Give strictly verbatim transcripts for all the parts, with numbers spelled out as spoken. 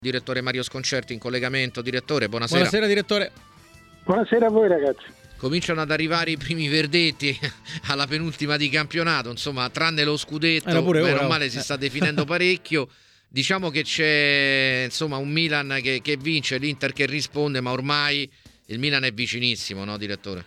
Direttore Mario Sconcerti in collegamento. Direttore, buonasera. Buonasera direttore. Buonasera a voi ragazzi. Cominciano ad arrivare i primi verdetti alla penultima di campionato, insomma, tranne lo scudetto, meno male si sta definendo parecchio. Diciamo che c'è insomma un Milan che, che vince, l'Inter che risponde, ma ormai il Milan è vicinissimo, no direttore?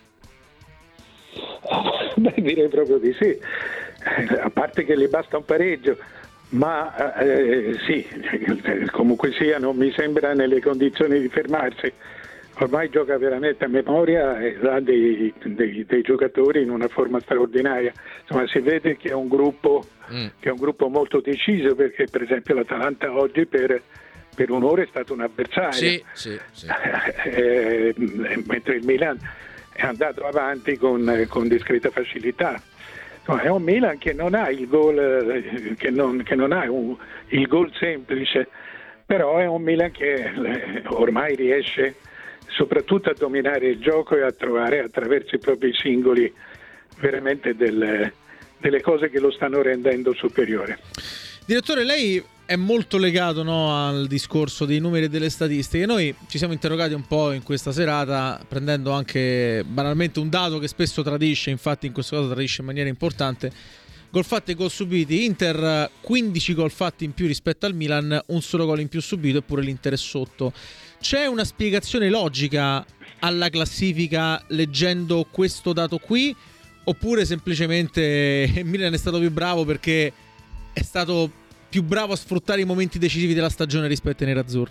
Beh, direi proprio di sì, a parte che gli basta un pareggio. Ma eh, sì, comunque sia, non mi sembra nelle condizioni di fermarsi. Ormai gioca veramente a memoria e ha dei, dei, dei giocatori in una forma straordinaria. Insomma, si vede che è un gruppo mm. che è un gruppo molto deciso, perché per esempio l'Atalanta oggi per, per un'ora è stato un avversario, sì, sì, sì. Eh, mentre il Milan è andato avanti con, con discreta facilità. No, è un Milan che non ha il gol, che non, che non ha un, il gol semplice, però è un Milan che ormai riesce soprattutto a dominare il gioco e a trovare attraverso i propri singoli veramente delle, delle cose che lo stanno rendendo superiore. Direttore, lei è molto legato, no, al discorso dei numeri e delle statistiche. Noi ci siamo interrogati un po' in questa serata, prendendo anche banalmente un dato che spesso tradisce, infatti in questo caso tradisce in maniera importante: gol fatti e gol subiti. Inter quindici gol fatti in più rispetto al Milan, un solo gol in più subito, eppure l'Inter è sotto. C'è una spiegazione logica alla classifica leggendo questo dato qui, oppure semplicemente il Milan è stato più bravo perché è stato più bravo a sfruttare i momenti decisivi della stagione rispetto ai nerazzurri?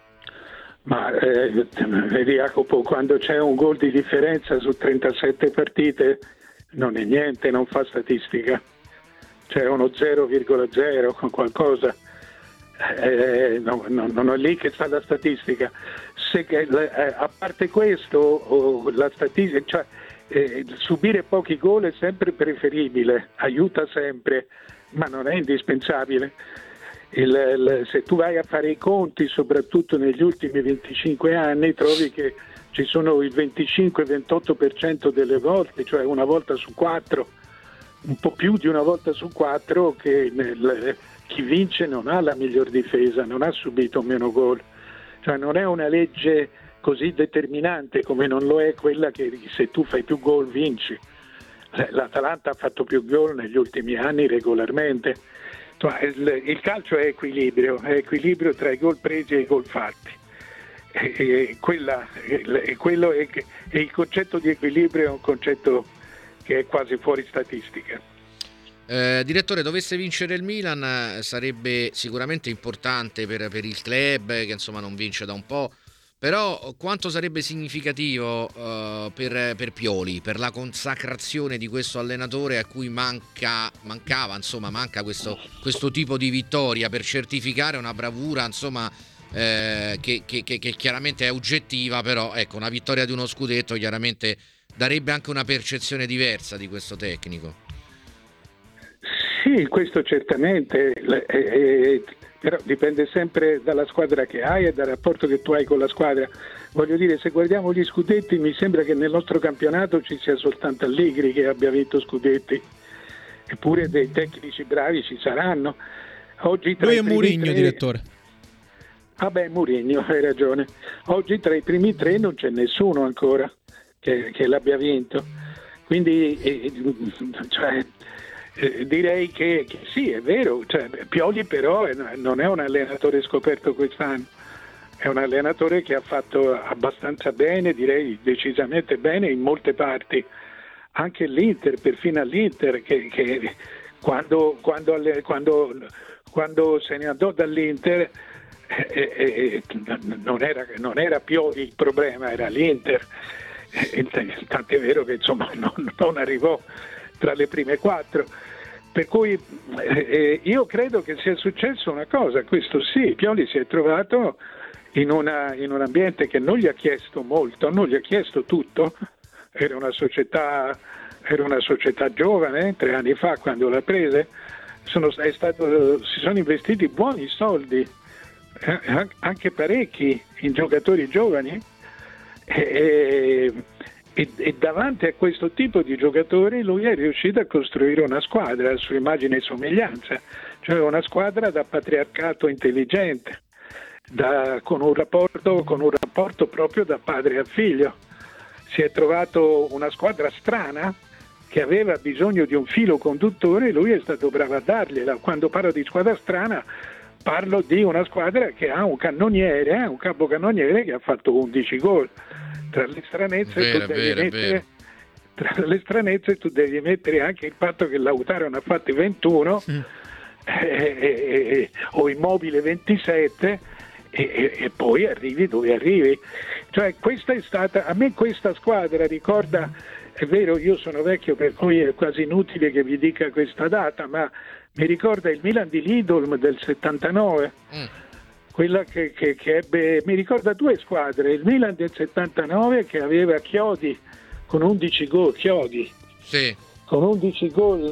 Ma eh, vedi Jacopo, quando c'è un gol di differenza su trentasette partite non è niente, non fa statistica. C'è uno zero virgola zero con qualcosa, eh, no, no, non è lì che sta la statistica. Se, eh, a parte questo, oh, la statistica, cioè, eh, subire pochi gol è sempre preferibile, aiuta sempre, ma non è indispensabile. Il, il, se tu vai a fare i conti, soprattutto negli ultimi venticinque anni, trovi che ci sono il venticinque ventotto per cento delle volte, cioè una volta su quattro, un po' più di una volta su quattro, che nel, chi vince non ha la miglior difesa, non ha subito meno gol. Cioè non è una legge così determinante come non lo è quella che se tu fai più gol vinci. L'Atalanta ha fatto più gol negli ultimi anni regolarmente. Il, il calcio è equilibrio, è equilibrio tra i gol presi e i gol fatti. E, e, quella, e, quello è, e il concetto di equilibrio è un concetto che è quasi fuori statistica. Eh, direttore, dovesse vincere il Milan sarebbe sicuramente importante per, per il club, che insomma non vince da un po'. Però quanto sarebbe significativo uh, per, per Pioli, per la consacrazione di questo allenatore a cui manca, mancava, insomma, manca questo, questo tipo di vittoria, per certificare una bravura, insomma, eh, che, che, che, che chiaramente è oggettiva, però ecco, una vittoria di uno scudetto chiaramente darebbe anche una percezione diversa di questo tecnico. Sì, questo certamente, eh, eh, però dipende sempre dalla squadra che hai e dal rapporto che tu hai con la squadra. Voglio dire, se guardiamo gli scudetti, mi sembra che nel nostro campionato ci sia soltanto Allegri che abbia vinto scudetti, eppure dei tecnici bravi ci saranno. Oggi tra Lui i è Mourinho, tre... direttore. Ah beh, Mourinho, hai ragione. Oggi tra i primi tre non c'è nessuno ancora che, che l'abbia vinto. Quindi, eh, cioè... Eh, direi che, che sì, è vero, cioè, Pioli però è, non è un allenatore scoperto quest'anno, è un allenatore che ha fatto abbastanza bene, direi decisamente bene in molte parti, anche l'Inter, perfino all'Inter, che, che quando, quando, quando, quando se ne andò dall'Inter eh, eh, non, era, non era Pioli il problema, era l'Inter, eh, tant'è vero che insomma non, non arrivò tra le prime quattro, per cui eh, io credo che sia successo una cosa, questo sì, Pioli si è trovato in, una, in un ambiente che non gli ha chiesto molto, non gli ha chiesto tutto, era una società, era una società giovane, tre anni fa quando l'ha prese, sono, è stato, si sono investiti buoni soldi, eh, anche parecchi in giocatori giovani, e, E, e davanti a questo tipo di giocatori lui è riuscito a costruire una squadra a sua immagine e somiglianza, cioè una squadra da patriarcato intelligente, da, con, un rapporto, con un rapporto proprio da padre a figlio. Si è trovato una squadra strana che aveva bisogno di un filo conduttore e lui è stato bravo a dargliela. Quando parlo di squadra strana parlo di una squadra che ha un cannoniere, un capocannoniere che ha fatto undici gol. Tra le stranezze vero, tu devi vero, mettere vero. tra le stranezze tu devi mettere anche il fatto che Lautaro ne ha fatti ventuno mm. eh, eh, o Immobile ventisette e, e, e poi arrivi dove arrivi. Cioè questa è stata, a me questa squadra ricorda, è vero, io sono vecchio per cui è quasi inutile che vi dica questa data, ma mi ricorda il Milan di Lidl del settantanove, mm. quella che, che, che ebbe, mi ricorda due squadre, il Milan del settantanove che aveva Chiodi con undici gol, Chiodi sì. con undici gol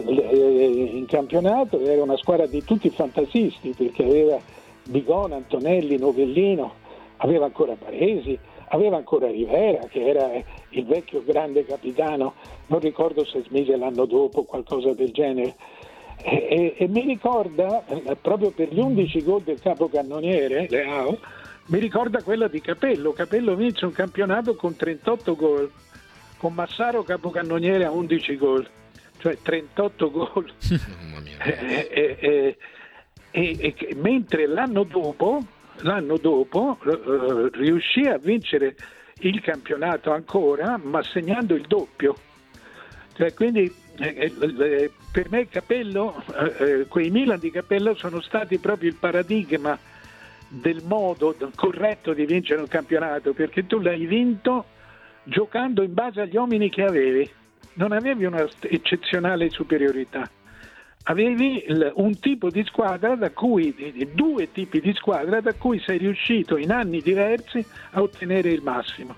in campionato, era una squadra di tutti fantasisti perché aveva Bigona, Antonelli, Novellino, aveva ancora Baresi, aveva ancora Rivera che era il vecchio grande capitano, non ricordo se smise l'anno dopo o qualcosa del genere. E, e, e mi ricorda eh, proprio per gli undici gol del capocannoniere Leao, mi ricorda quella di Capello. Capello vince un campionato con trentotto gol, con Massaro capocannoniere a undici gol, cioè trentotto gol. Mamma mia. e, e, e, e, e, mentre l'anno dopo l'anno dopo eh, riuscì a vincere il campionato ancora, ma segnando il doppio. Cioè, quindi eh, eh, per me Capello, eh, quei Milan di Capello sono stati proprio il paradigma del modo corretto di vincere un campionato, perché tu l'hai vinto giocando in base agli uomini che avevi, non avevi una eccezionale superiorità, avevi il, un tipo di squadra da cui, due tipi di squadra da cui sei riuscito in anni diversi a ottenere il massimo.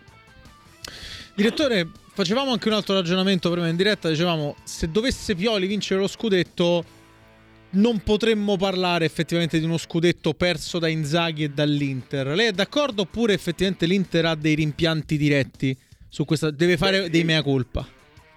Direttore, facevamo anche un altro ragionamento prima in diretta, dicevamo se dovesse Pioli vincere lo scudetto non potremmo parlare effettivamente di uno scudetto perso da Inzaghi e dall'Inter. Lei è d'accordo oppure effettivamente l'Inter ha dei rimpianti diretti su questa, deve fare Beh, dei mea culpa?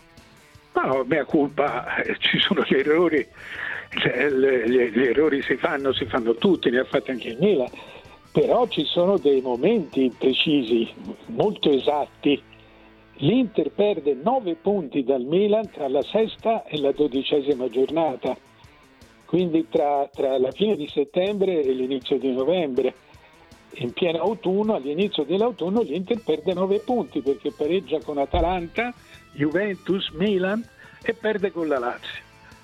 No, mea culpa, eh, ci sono gli errori, cioè, le, gli, gli errori si fanno, si fanno tutti, ne ha fatti anche il Milan, però ci sono dei momenti precisi, molto esatti. L'Inter perde nove punti dal Milan tra la sesta e la dodicesima giornata, quindi tra, tra la fine di settembre e l'inizio di novembre. In pieno autunno, all'inizio dell'autunno, l'Inter perde nove punti perché pareggia con Atalanta, Juventus, Milan e perde con la Lazio.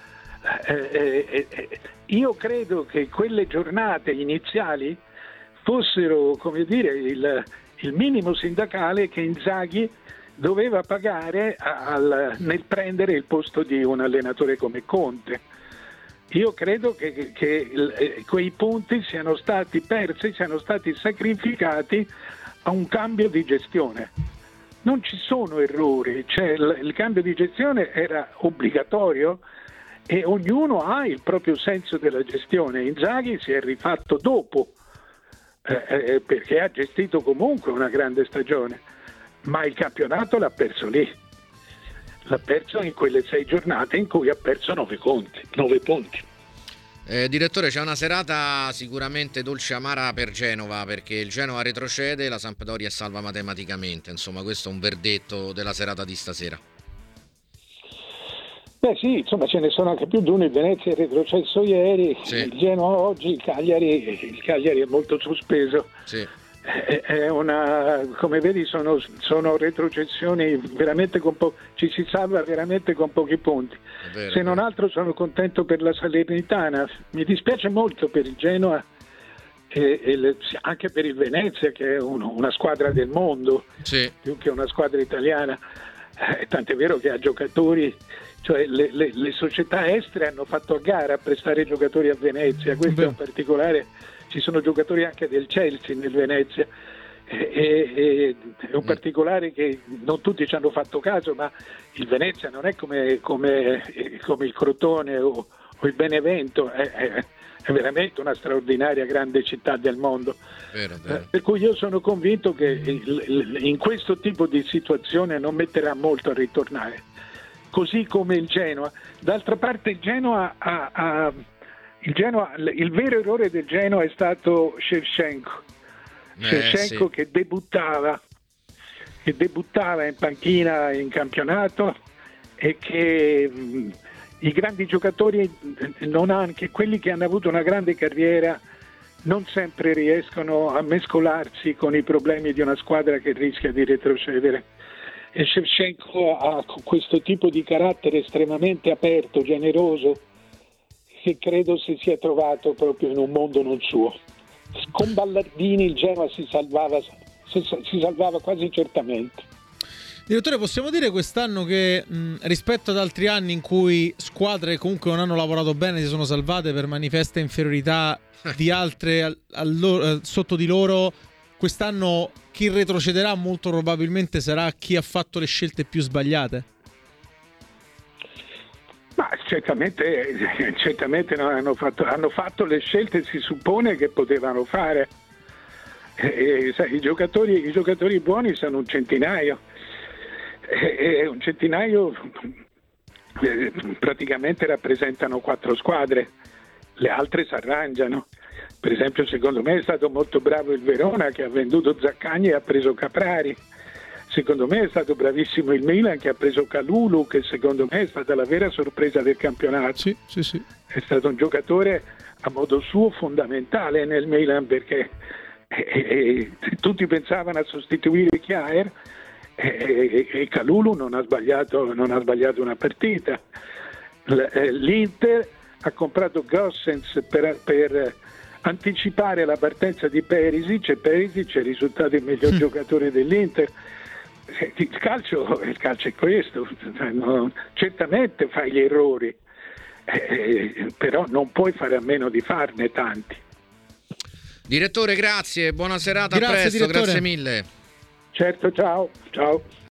Eh, eh, eh, io credo che quelle giornate iniziali fossero, come dire, il, il minimo sindacale che Inzaghi doveva pagare al, nel prendere il posto di un allenatore come Conte. Io credo che, che, che eh, quei punti siano stati persi, siano stati sacrificati a un cambio di gestione. Non ci sono errori, cioè il, il cambio di gestione era obbligatorio e ognuno ha il proprio senso della gestione. Inzaghi si è rifatto dopo eh, eh, perché ha gestito comunque una grande stagione, ma il campionato l'ha perso lì. L'ha perso in quelle sei giornate in cui ha perso nove conti, nove punti. Eh, direttore, c'è una serata sicuramente dolce amara per Genova, perché il Genova retrocede, la Sampdoria è salva matematicamente. Insomma, questo è un verdetto della serata di stasera. Beh sì, insomma ce ne sono anche più di uno. Il Venezia è retrocesso ieri, sì. Il Genoa oggi, il Cagliari, il Cagliari è molto sospeso. Sì. È una, come vedi sono, sono retrocessioni veramente con po- ci si salva veramente con pochi punti. Vero, se non altro sono contento per la Salernitana, mi dispiace molto per il Genoa e, e le, anche per il Venezia che è uno, una squadra del mondo, sì. più che una squadra italiana, eh, tant'è vero che ha giocatori, cioè le, le, le società estere hanno fatto a gara a prestare giocatori a Venezia, questo Beh. è un particolare. Ci sono giocatori anche del Chelsea nel Venezia e, e, è un particolare che non tutti ci hanno fatto caso, ma il Venezia non è come, come, come il Crotone o, o il Benevento, è, è, è veramente una straordinaria grande città del mondo. Vero, vero. Eh, per cui io sono convinto che il, il, in questo tipo di situazione non metterà molto a ritornare, così come il Genoa. D'altra parte il Genoa ha, ha il Genoa, il vero errore del Genoa è stato Shevchenko, Eh, Shevchenko sì. che debuttava, che debuttava in panchina in campionato e che mh, i grandi giocatori, non anche quelli che hanno avuto una grande carriera, non sempre riescono a mescolarsi con i problemi di una squadra che rischia di retrocedere. E Shevchenko ha questo tipo di carattere estremamente aperto, generoso, che credo si sia trovato proprio in un mondo non suo. Con Ballardini il Genoa si salvava, si, si salvava quasi certamente. Direttore, possiamo dire quest'anno che mh, rispetto ad altri anni in cui squadre che comunque non hanno lavorato bene si sono salvate per manifesta inferiorità di altre al, al loro, sotto di loro, quest'anno chi retrocederà molto probabilmente sarà chi ha fatto le scelte più sbagliate? Ma certamente, certamente non hanno fatto, hanno fatto le scelte, si suppone che potevano fare. E, sai, i giocatori, i giocatori buoni sono un centinaio. E un centinaio eh, praticamente rappresentano quattro squadre, le altre si arrangiano. Per esempio, secondo me è stato molto bravo il Verona che ha venduto Zaccagni e ha preso Caprari. Secondo me è stato bravissimo il Milan che ha preso Kalulu, che secondo me è stata la vera sorpresa del campionato. Sì, sì, sì. È stato un giocatore a modo suo fondamentale nel Milan, perché eh, eh, tutti pensavano a sostituire Kjaer e, e, e Kalulu non ha sbagliato, non ha sbagliato una partita. L'Inter ha comprato Gossens per, per anticipare la partenza di Perisic, e Perisic è risultato il miglior mm. giocatore dell'Inter. Il calcio, il calcio è questo, no, certamente fai gli errori, eh, però non puoi fare a meno di farne tanti. Direttore, grazie, buona serata, Grazie, a presto, direttore. grazie mille. Certo, ciao, ciao.